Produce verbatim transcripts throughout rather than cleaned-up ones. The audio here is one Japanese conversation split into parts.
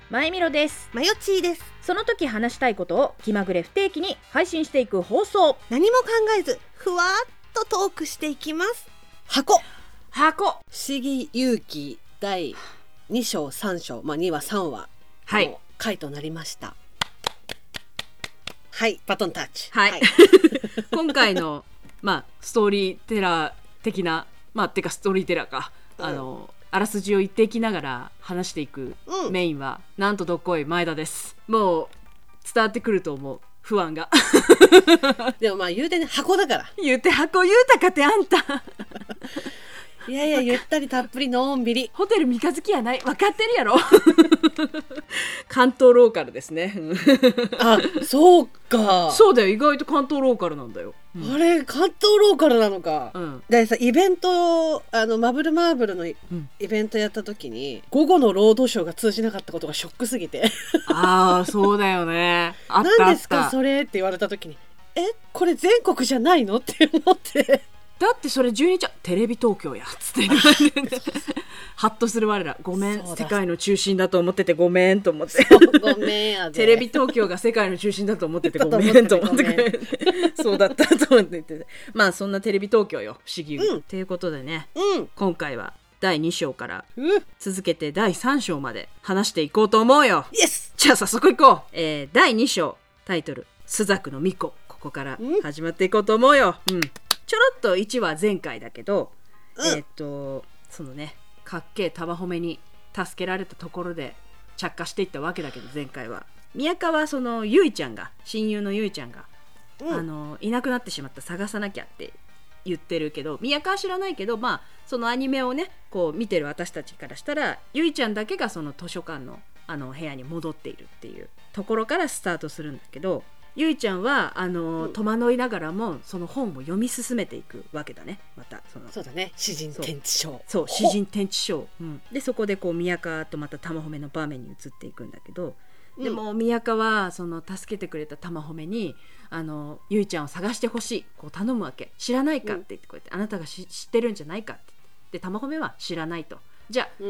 まいみろです。 まよちーです。 その時話したいことを気まぐれ不定期に配信していく放送。 何も考えずふわっとトークしていきます。箱箱不思議勇気だいに章さん章、まあにわさんわの回となりました。はい、バトンタッチ。 はい、はい、今回のまあストーリーテラー的な、まあてかストーリーテラーか、うん、あのあらすじを言っていきながら話していくメインは、うん、なんとどっこい前田です。もう伝わってくると思う、不安がでもまあ言うてね、箱だから言うて箱言うたかってあんたいやいやゆったりたっぷりのんびりホテル三日月やない、分かってるやろ関東ローカルですねあ、そうか。 そうだよ、意外と関東ローカルなんだよ、 うん、あれ関東ローカルなのか、うん、でさ、イベント、あのマブルマーブルのイベントやった時に、うん、午後のロードショーが通じなかったことがショックすぎてああそうだよねあったあった。 何ですかそれって言われた時に、えこれ全国じゃないのって思ってだってそれじゅうににちはテレビ東京やっつってハッとする我ら、ごめん世界の中心だと思っててごめんと思ってごめんやでテレビ東京が世界の中心だと思っててごめんと思ってそうだったと思ってて、まあそんなテレビ東京よ不思議、うん、っていうことでね、うん、今回はだいに章から続けてだいさん章まで話していこうと思うよ。 イエス。 じゃあ早速いこう、えー、だいに章タイトル朱雀の巫女、ここから始まっていこうと思うよ、うん、ちょろっといちわ前回だけど、うん、えー、っとそのねかっけえ玉褒めに助けられたところで着火していったわけだけど、前回は宮川はそのゆいちゃんが親友のゆいちゃんが、うん、あのいなくなってしまった、探さなきゃって言ってるけど宮川知らないけど、まあそのアニメをねこう見てる私たちからしたらゆいちゃんだけがその図書館のあの部屋に戻っているっていうところからスタートするんだけど、ゆいちゃんはあの、うん、戸惑いながらもその本を読み進めていくわけだね。またそのそうだね、詩人天地賞、 そう詩人天地賞、うん、でそこでこう宮川とまた玉褒めの場面に移っていくんだけど、うん、でも宮川はその助けてくれた玉褒めにあのゆいちゃんを探してほしいこう頼むわけ。知らないかって言って、こうやって、うん、あなたが知ってるんじゃないかってで玉褒めは知らないと、じゃあ、うん、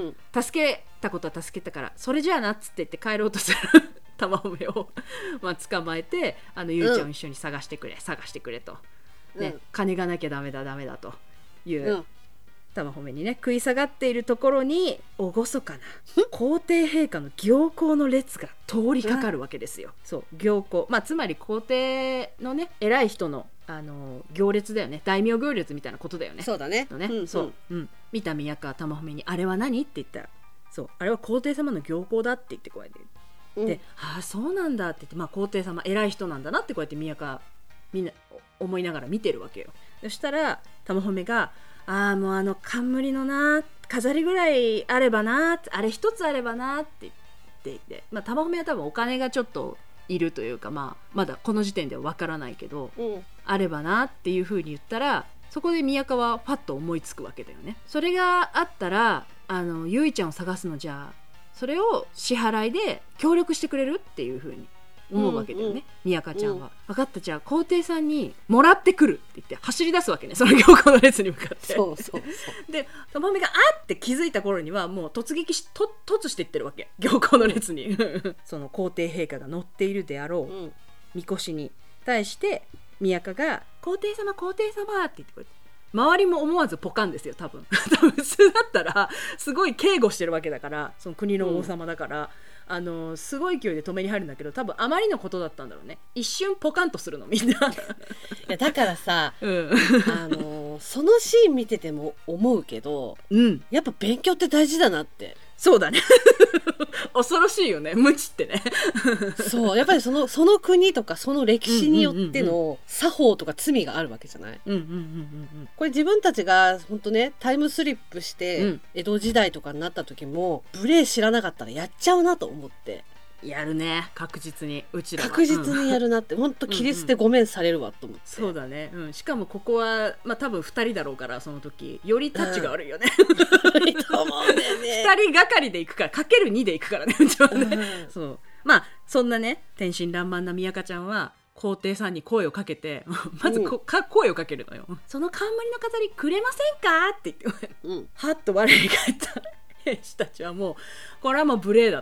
助けたことは助けたからそれじゃあなっつって言って帰ろうとする玉褒めをまあ捕まえて、あのゆいちゃんを一緒に探してくれ、うん、探してくれと、ね、うん、金がなきゃダメだダメだという、うん、玉褒めにね食い下がっているところに厳かな皇帝陛下の行幸の列が通りかかるわけですよ、うん、そう行幸、まあ、つまり皇帝のね偉い人のあの行列だよね、大名行列みたいなことだよね。 そうだね、 のね、 うん、 そう、うん、見た宮川玉褒めにあれは何って言ったら、そうあれは皇帝様の行幸だって言ってこうやってで、うん、ああそうなんだって言って、まあ、皇帝様偉い人なんだなってこうやって宮川みんな思いながら見てるわけよ。そしたら玉褒めがああもうあの冠のな飾りぐらいあればな、あれ一つあればなって言っていて、まあ、玉褒めは多分お金がちょっといるというか、まあ、まだこの時点では分からないけど、うん、あればなっていう風に言ったら、そこで宮川はパッと思いつくわけだよね。それがあったらあのゆいちゃんを探すのじゃあそれを支払いで協力してくれるっていう風に思うわけだよね、うんうん、宮川ちゃんは、うん、分かったじゃあ皇帝さんにもらってくるって言って走り出すわけね、その行幸の列に向かってそうそうそうで玉褒めがあって気づいた頃にはもう突撃しと突していってるわけ、行幸の列にその皇帝陛下が乗っているであろう、うん、みこしに対して宮川が皇帝様皇帝様って言ってこうやって周りも思わずポカンですよ多分多分普通だったらすごい警護してるわけだから、その国の王様だから、うん、あのすごい勢いで止めに入るんだけど、多分あまりのことだったんだろうね、一瞬ポカンとするのみんないやだからさ、うん、あのそのシーン見てても思うけど、うん、やっぱ勉強って大事だなって。 そうだね恐ろしいよね無知ってねそうやっぱりその、その国とかその歴史によっての作法とか罪があるわけじゃない、うんうんうんうん、これ自分たちが本当ねタイムスリップして江戸時代とかになった時も無礼知らなかったらやっちゃうなと思って、 やるね確実にうちらは確実にやるなって、うん、ほんと切り捨てごめんされるわと思って、 そうだね、うん、しかもここは、まあ、多分ふたりだろうからその時よりタッチが悪いよね、 うん、いいと思うんだよねふたりがかりでいくからかけるにでいくからねうちはね、うん、そうまあそんなね天真爛漫な宮川ちゃんは皇帝さんに声をかけてまずこ、うん、か声をかけるのよ、その冠の飾りくれませんかって言って、うん、はっと我に返った兵士たちはもうこれはもう無礼だと、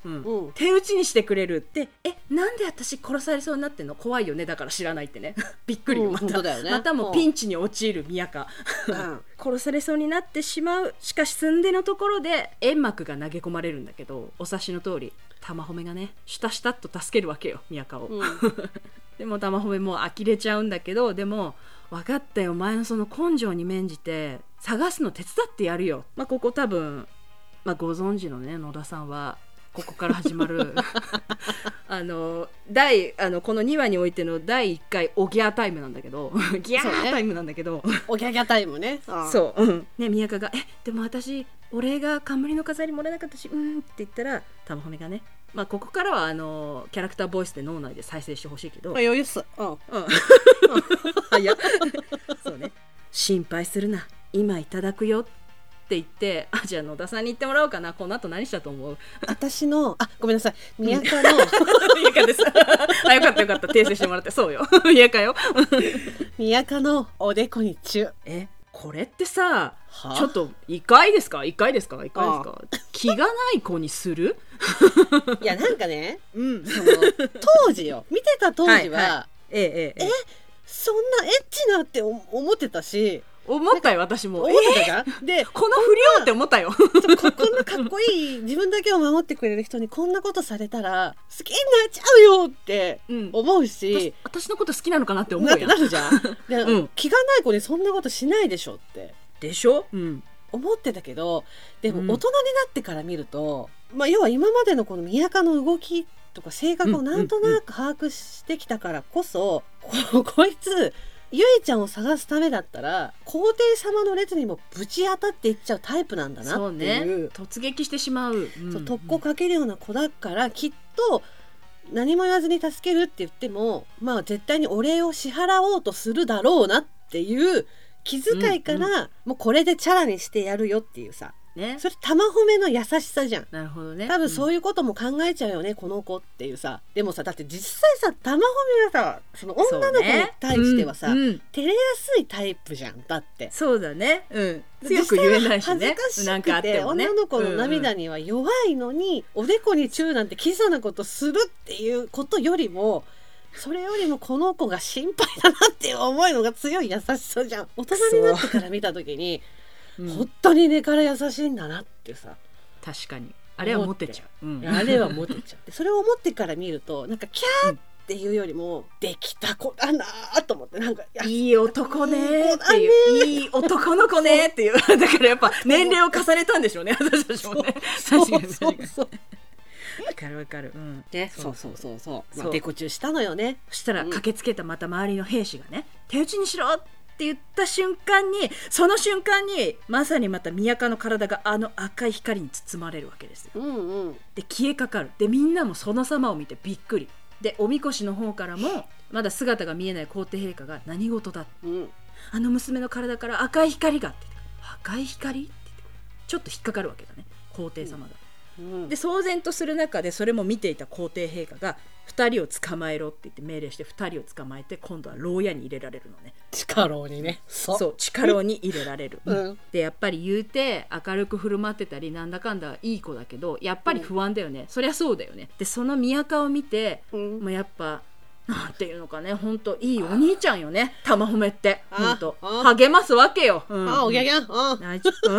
うんうん、手打ちにしてくれるって、えなんで私殺されそうになってんの、怖いよねだから知らないってねびっくりよ、また、うんね、またもうピンチに陥る宮香、うん、殺されそうになってしまう。しかし寸出のところで煙幕が投げ込まれるんだけど、お察しの通り玉褒めがねシュタシュタっと助けるわけよ宮香を、うん、でも玉褒めもう呆れちゃうんだけど、でも分かったよお前のその根性に免じて探すの手伝ってやるよ、まあ、ここ多分、まあ、ご存知のね野田さんはここから始まるあの第あのこのにわにおいてのだいいっかいおぎゃータイムなんだけどギャータイムなんだけど、 ね、おぎゃぎゃタイムねそう、うん、ね宮香がえでも私お礼が冠の飾りもらえなかったしうんって言ったら玉褒めがね、まあ、ここからはあのキャラクターボイスで脳内で再生してほしいけど、 余裕っす、うんうん早っそうね、心配するな今いただくよって言って、あじゃあ野田さんに言ってもらおうかな、この後何したと思う？ 私のあごめんなさい宮香の宮香ですあよかったよかった訂正してもらってそうよ宮香よ宮香のおでこにチュ。 えこれってさちょっといっかいですかいっかいですかいっかいですか気がない子にするいやなんかね、 うん、 その当時よ見てた当時は、はいはい、 えええええそんなエッチなって思ってたし、 思ったよ私も思ってたじゃん、えー、でこの不良って思ったよこんなかっこいい自分だけを守ってくれる人にこんなことされたら好きになっちゃうよって思うし、うん、 私, 私のこと好きなのかなって思うやんなるじゃんで、うん、気がない子にそんなことしないでしょってでしょ、うん、 思ってたけど、でも大人になってから見ると、うんまあ、要は今までのこの宮香の動きとか性格をなんとなく把握してきたからこそ、うんうんうん、こ, こいつゆいちゃんを探すためだったら皇帝様の列にもぶち当たっていっちゃうタイプなんだなっていう、そうね、 突撃してしまう、 うんうん、そう特攻かけるような子だからきっと何も言わずに助けるって言ってもまあ絶対にお礼を支払おうとするだろうなっていう気遣いから、うんうん、もうこれでチャラにしてやるよっていうさ、ね、それ玉褒めの優しさじゃん。 なるほどね。 多分そういうことも考えちゃうよね、うん、この子っていうさ。でもさだって実際さ玉褒めはさその女の子に対してはさ、ねうんうん、照れやすいタイプじゃん。だってそうだね、うん、強く言えないしね、 恥ずかしくて、ね、女の子の涙には弱いのに、うんうん、おでこにチューなんてキザなことするっていうことよりもそれよりもこの子が心配だなっていう思いのが強い優しさじゃん。大人になってから見た時にうん、本当に根から優しいんだなってさ。 確かにあれはモテちゃう、うん、 あれはモテちゃうそれを思ってから見るとなんかキャーっていうよりも、うん、できた子だなと思ってなんかいい男ねっていういい男の子ねっていうだからやっぱ年齢を重ねたんでしょうね私たちもね。確かに確かにわかるわかる、うんね、そうそうそうそう、まあ、デコチューしたのよね。 そしたら駆けつけたまた周りの兵士がね、うん、手打ちにしろって言った瞬間にその瞬間にまさにまた宮香の体があの赤い光に包まれるわけですよ、 うんうん、 で消えかかる。でみんなもその様を見てびっくりでおみこしの方からもまだ姿が見えない皇帝陛下が何事だ、うん、あの娘の体から赤い光がって言って赤い光って言ってちょっと引っかかるわけだね皇帝様が、うんうん、で騒然とする中でそれも見ていた皇帝陛下がふたりを捕まえろって言って命令してふたりを捕まえて今度は牢屋に入れられるのね。 地下牢にね。 そうそう地下牢に入れられる、うん、でやっぱり言うて明るく振る舞ってたりなんだかんだいい子だけどやっぱり不安だよね、うん、そりゃそうだよね。でその宮香を見て、うん、もうやっぱなんていうのかね本当いいお兄ちゃんよね玉褒めって本当励ますわけよ、うん、 あおぎゃぎゃああちょっと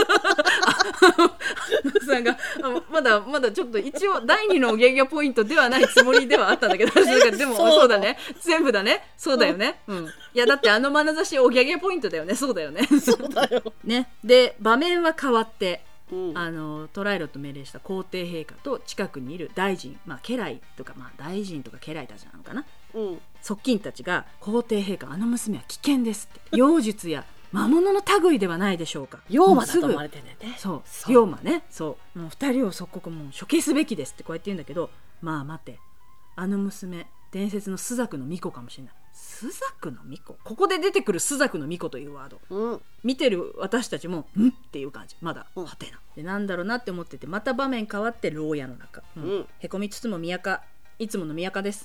さんがまだまだちょっと一応だいにのおぎゃぎゃポイントではないつもりではあったんだけどでもそうだね全部だねそうだよね、うん、いやだってあの眼差しおぎゃぎゃポイントだよねそうだよねそうだよね。で場面は変わってうん、あの捕らえろと命令した皇帝陛下と近くにいる大臣、まあ、家来とか、まあ、大臣とか家来たちなのかな、うん、側近たちが皇帝陛下あの娘は危険ですって妖術や魔物の類ではないでしょうか妖魔だと思われてんだよね。 そう妖魔ねそうもうふたりを即刻もう処刑すべきですってこうやって言うんだけどまあ待てあの娘伝説の朱雀の巫女かもしれない。朱雀の巫女ここで出てくる朱雀の巫女というワード、うん、見てる私たちもんっていう感じまだ、うん、はてなでなんだろうなって思っててまた場面変わって牢屋の中、うんうん、へこみつつも宮香いつもの宮香です。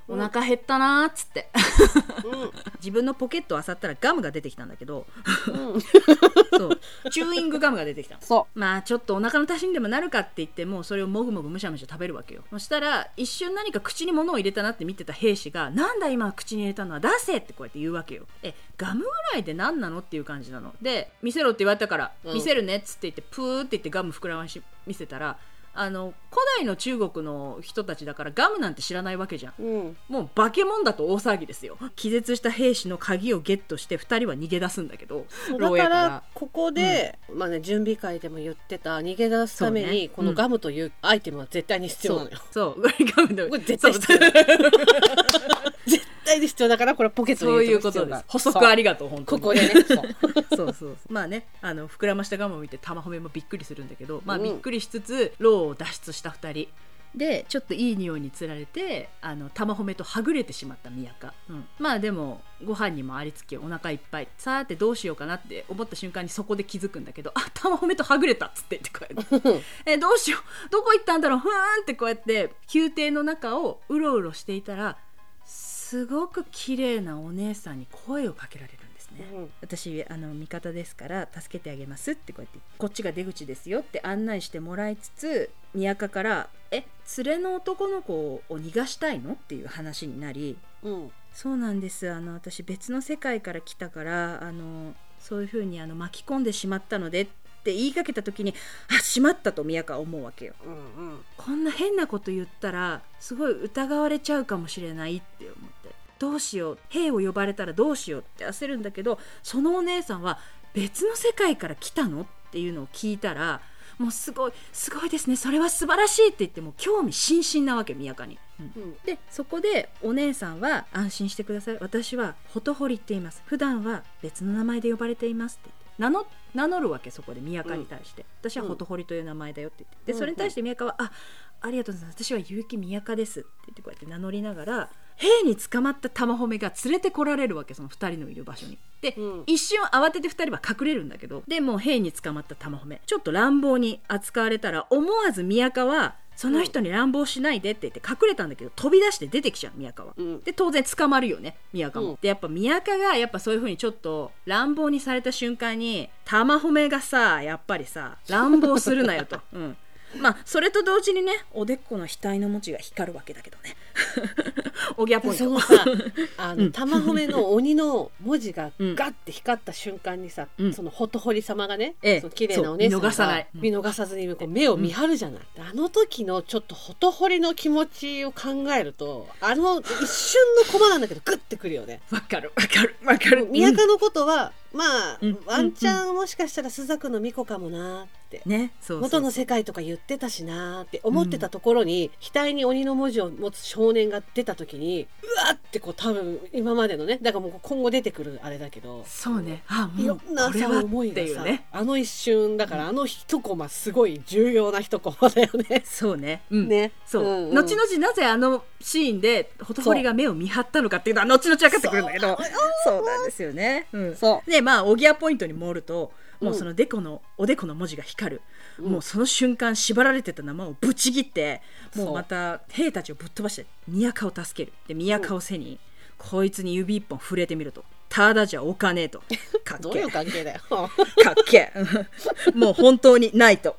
お腹減ったなーっつって、うん、自分のポケットを漁ったらガムが出てきたんだけど、うん、そうチューイングガムが出てきた。そうまあちょっとお腹の足しにでもなるかって言ってもそれをもぐもぐむしゃむしゃ食べるわけよ。そしたら一瞬何か口に物を入れたなって見てた兵士が、なんだ今口に入れたのは出せってこうやって言うわけよ。えガムぐらいで何なのっていう感じなので、見せろって言われたから、うん、見せるねっつって言ってプーって言ってガム膨らまし見せたら、あの古代の中国の人たちだからガムなんて知らないわけじゃん、うん、もう化け物だと大騒ぎですよ。気絶した兵士の鍵をゲットしてふたりは逃げ出すんだけど、 だからここで、うんまあね、準備会でも言ってた逃げ出すために、ね、このガムというアイテムは絶対に必要なのよ。 そうそうガムのこれ絶対必要絶対に必要だから、これポケットに入れても必要だ。 そういうことです。補足ありがとう本当に。 ここでねそうそうそうまあね、あの膨らましたガムを見て玉褒めもびっくりするんだけど、まあびっくりしつつ牢を脱出したふたりでちょっといい匂いにつられて、あの玉褒めとはぐれてしまった宮香、うん、まあでもご飯にもありつきお腹いっぱい、さーてどうしようかなって思った瞬間にそこで気づくんだけど、あ玉褒めとはぐれたっつって言ってこうやってえどうしようどこ行ったんだろうふーんってこうやって宮廷の中をうろうろしていたら、すごく綺麗なお姉さんに声をかけられるんですね、うん、私あの味方ですから助けてあげますってこうやってこっちが出口ですよって案内してもらいつつ、宮香からえ連れの男の子を逃がしたいのっていう話になり、うん、そうなんです、あの私別の世界から来たからあのそういう風にあの巻き込んでしまったのでって言いかけた時に、あしまったと宮香は思うわけよ、うんうん、こんな変なこと言ったらすごい疑われちゃうかもしれないって思って、どうしよう兵を呼ばれたらどうしようって焦るんだけど、そのお姉さんは別の世界から来たのっていうのを聞いたら、もうすごいすごいですねそれは素晴らしいって言っても興味津々なわけ宮香に、うんうん、でそこでお姉さんは安心してください、私はほとほりって言います、普段は別の名前で呼ばれていますって言って名乗名乗るわけ、そこで宮香に対して、うん、私はほとほりという名前だよって言って、でそれに対して宮香は、うん、あありがとうございます、私は結城宮香ですって言ってこうやって名乗りながら兵に捕まった玉褒めが連れてこられるわけ、そのふたりのいる場所に。で、うん、一瞬慌ててふたりは隠れるんだけど、でもう兵に捕まった玉褒めちょっと乱暴に扱われたら、思わず宮香はその人に乱暴しないでって言って隠れたんだけど、飛び出して出てきちゃう宮香は、うん、で当然捕まるよね宮香も、うん、でやっぱ宮香がやっぱそういう風にちょっと乱暴にされた瞬間に玉褒めがさやっぱりさ乱暴するなよと、うんまあそれと同時にねおでこの額の文字が光るわけだけどねおぎゃポイント、 そのさあの玉褒めの鬼の文字がガッて光った瞬間にさ、うん、そのほとほり様がね、ええ、その綺麗なお姉さんが見逃さない、うん、見逃さずにこう目を見張るじゃない、うん、あの時のちょっとほとほりの気持ちを考えると、あの一瞬のコマなんだけどグッてくるよね。 わかるわかるわかる。 宮香のことは、うん、まあ、うん、ワンチャンもしかしたら朱雀の巫女かもなって、ね、そうそうそう元の世界とか言ってたしなって思ってたところに、うん、額に鬼の文字を持つ少年が出た時にうわってこう多分今までのね、だからもう今後出てくるあれだけど、 そうね、あもういろんなさ思いがさ、ね、あの一瞬だから、うん、あの一コマすごい重要な一コマだよね。 そうね、うん、ねそう、うんうん、後々なぜあのシーンでほとほりが目を見張ったのかっていうのは後々分かってくるんだけど、そう、そうなんですよね、うん、そうでまあおぎやポイントに盛ると、もうそのデコのおでこの文字が光る、うん、もうその瞬間縛られてた生をぶち切って、もうまた兵たちをぶっ飛ばして宮香を助ける。で宮香を背に、うん、こいつに指一本触れてみると、ただじゃおかねえと、かっけどういう関係だよかっけもう本当にないと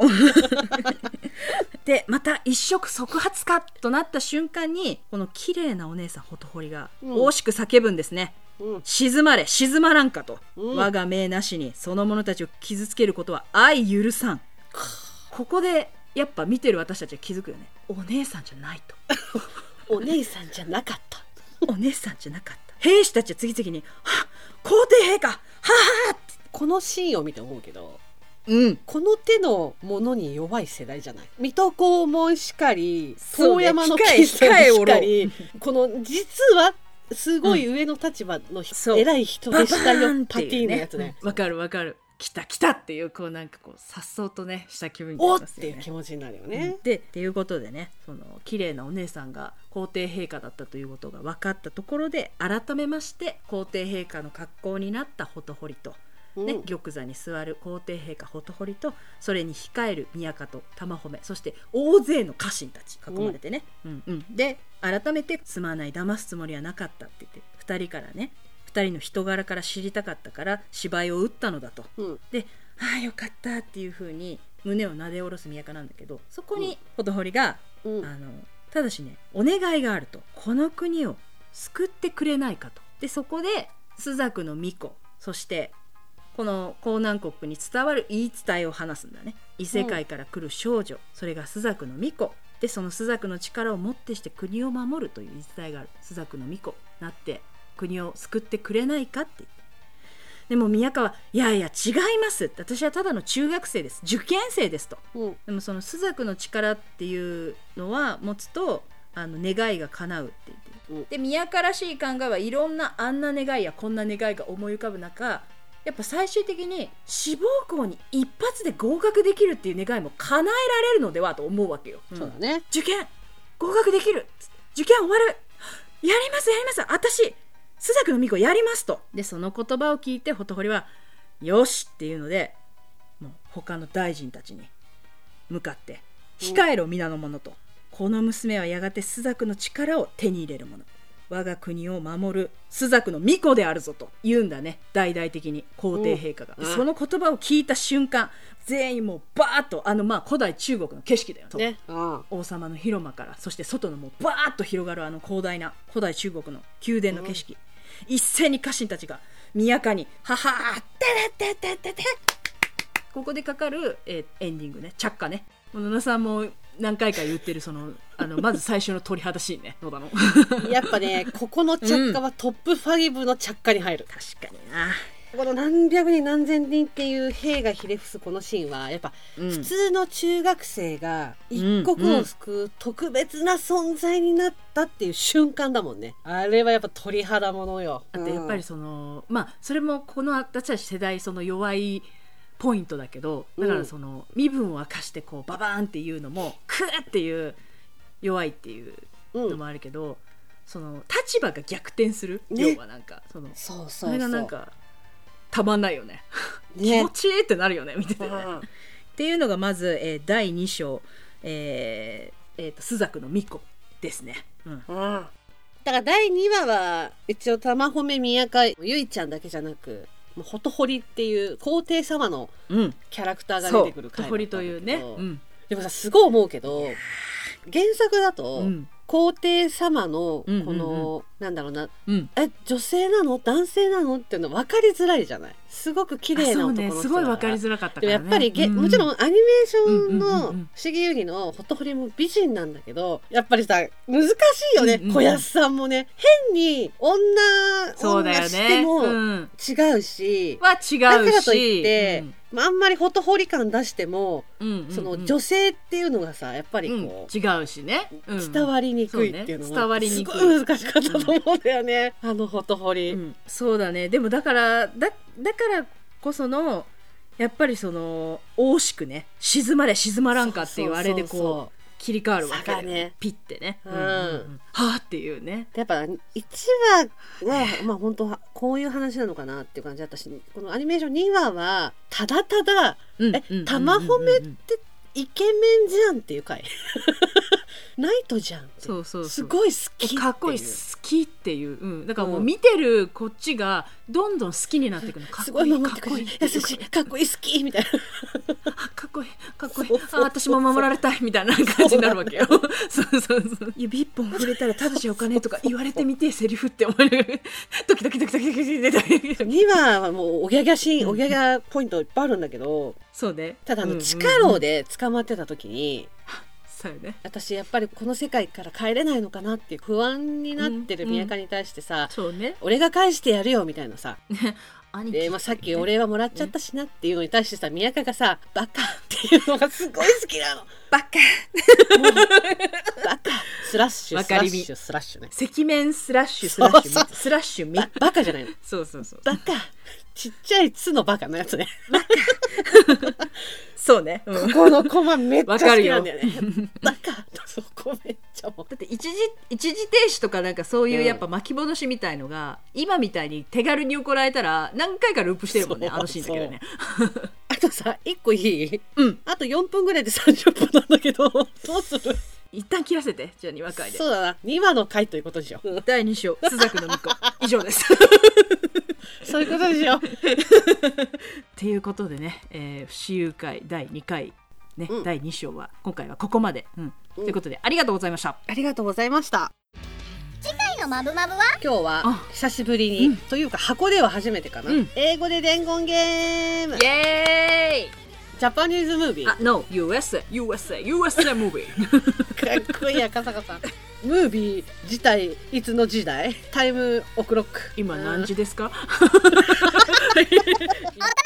でまた一触即発かとなった瞬間に、この綺麗なお姉さんほとほりが惜しく叫ぶんですね、うん、静まれ静まらんかと、うん、我が命なしにその者たちを傷つけることは相許さんここでやっぱ見てる私たちは気づくよね、お姉さんじゃないとお姉さんじゃなかったお姉さんじゃなかった。兵士たちは次々にはっ皇帝陛下ははってこのシーンを見て思うけど、うん、この手のものに弱い世代じゃない。水戸黄門しかり、遠山の貴族しかり、この実はすごい上の立場の、うん、偉い人でしたよパティーのやつね。 わ、うん、かるわかる。来た来たっていうこうなんかこう颯爽とねした気分になりますよね。 おっていう気持ちになるよね。 でっていうことでね、その綺麗なお姉さんが皇帝陛下だったということが分かったところで、改めまして皇帝陛下の格好になったほとほりとね、 うん、 玉座に座る皇帝陛下ほとほりと、それに控える宮家と玉褒め、そして大勢の家臣たち囲まれてね、うんうんうん、で改めてすまない、騙すつもりはなかったって言ってふたりからね、ふたりの人柄から知りたかったから芝居を打ったのだと、うん、でああよかったっていう風に胸をなで下ろす宮家なんだけど、そこにほとほりが、うん、あのただしねお願いがあると、この国を救ってくれないかと。でそこで朱雀の巫女、そしてこの江南国に伝わる言い伝えを話すんだね。異世界から来る少女、うん、それが朱雀の巫女で、その朱雀の力をもってして国を守るという言い伝えがある。朱雀の巫女なって国を救ってくれないかって言って、でも宮川はいやいや違います、私はただの中学生です、受験生ですと、うん、でもその朱雀の力っていうのは持つとあの願いが叶うって言って、うん、で宮川らしい考えはいろんなあんな願いやこんな願いが思い浮かぶ中、やっぱ最終的に志望校に一発で合格できるっていう願いも叶えられるのではと思うわけよ、うん、そうだね、受験合格できる、受験終わる、やりますやります、私朱雀の巫女やりますと。でその言葉を聞いてほとほりはよしっていうので、もう他の大臣たちに向かって控えろ皆の者と、この娘はやがて朱雀の力を手に入れる者、我が国を守る朱雀の巫女であるぞと言うんだね、大々的に皇帝陛下が、うん、その言葉を聞いた瞬間全員もうバーッとあのまあ古代中国の景色だよね、うん、王様の広間からそして外のもうバーッと広がるあの広大な古代中国の宮殿の景色、うん、一斉に家臣たちが宮家にははーてれってってってってここでかかる、えー、エンディングね、着火ね、野田さんも何回か言ってるそのあのまず最初の鳥肌シーンね、野田のやっぱねここの着火はトップファイブの着火に入る、 うん、確かにな。 この何百人何千人っていう兵がひれ伏すこのシーンはやっぱ普通の中学生が一国を救う特別な存在になったっていう瞬間だもんね、あれはやっぱ鳥肌ものよ。 あとやっぱりその、うん、まあそれもこの私たち世代その弱いポイントだけど、だからその身分を明かしてこうババーンっていうのもクーっていう弱いっていうのもあるけど、うん、その立場が逆転する、ね、要はなんかそのそうそうそうそれがなんかたまんないよ ね, ね気持ちいいってなるよね見ててね、うん、っていうのがまず、えー、だいに章、えーえー、と朱雀の巫女ですね、うんうん、 だからだいにわは一応玉褒め宮家ゆいちゃんだけじゃなくほとほりっていう皇帝様のキャラクターが出てくる回だったんだけど、ほとほりというね、うん、でもさすごい思うけど原作だと、うん、皇帝様のこの、うんうんうん、なんだろうな、うん、え女性なの男性なのっていうの分かりづらいじゃない。すごく綺麗な男の人だから、 ね、すごい分かりづらかったからね。 でもやっぱり、うんうん、もちろんアニメーションの不思議遊戯のほとほりも美人なんだけど、やっぱりさ難しいよね、うんうん、小安さんもね変に女そうだよね、 女しても違うし、 うん、は違うしだからといって、うん、あんまりほとほり感出しても、うんうんうん、その女性っていうのがさやっぱりこう、 うん、違うしね、 うん、伝わりにくいっていうのが、 ね、 すごい難しかったと思うんだよね、うん、あのほとほり、うん、 そうだね。でもだからだだからこそのやっぱりその惜しくね沈まれ沈まらんかっていうあれでこう切り替わるわけで、ね、ピッてね、うんうんうん、はあっていうね。 やっぱいちわはまあ本当こういう話なのかなっていう感じだったし、このアニメーションにわはただただ、うん、え、うん、玉褒めってイケメンじゃんっていう回ナイトじゃんってそうそうそうすごい好きっていうかっこいい好きっていう、うん、だからもう見てるこっちがどんどん好きになっていくの、かっこいいかっこいい優しいかっこいい好きみたいなかっこいいかっこいいそうそうそうあ私も守られたいみたいな感じになるわけよそうそうそう指一本触れたらただしお金とか言われてみてセリフって思われるドキドキドキドキドキドキにわはもうおぎゃぎゃシーンおぎゃぎゃポイントいっぱいあるんだけど、 そうね、 ただあの地下牢で捕まってた時に、 そうね、 私やっぱりこの世界から帰れないのかなっていう不安になってる宮家に対してさ、うんうんそうね、 俺が返してやるよみたいなさで、まあ、さっきお礼はもらっちゃったしなっていうのに対してさ、宮家がさバカっていうのがすごい好きなのバカバカスラッシュスラッシュスラッシュね赤面スラッシュスラッシュそうそうスラッシュバ, バカじゃないのそうそうそうバカちっちゃい「つ」のバカのやつねバカそうね、 うん、ここのコマめっちゃ好きなんだよねバカそこめっちゃもうだって一時一時停止とかなんかそういうやっぱ巻き戻しみたいのが、うん、今みたいに手軽に行られたら何回かループしてるもんね、あのシーンだけどね。 あとさいっこいい？ うん。 あとよんぷんぐらいでさんじゅっぷんなんだけどどうする？ 一旦切らせて、じゃあにわ回で。 そうだな、にわの回ということでしょ。 だいに章朱雀の巫女以上です。 そういうことでしょ。 っていうことでね、えー、不思議会だいにかいね、うん、だいに章は今回はここまで、うんうん、ということでありがとうございました。 ありがとうございました。 次回のマブマブは今日は久しぶりに、うん、というか箱では初めてかな、うん、英語で伝言ゲーム、 イエーイ。 ジャパニーズムービー。 あ、No、ユーエスエー、ユーエスエー、ユーエスエー ムービー。 かっこいいや、カサカサ。ムービー自体いつの時代？タイムオクロック。 今何時ですか？ お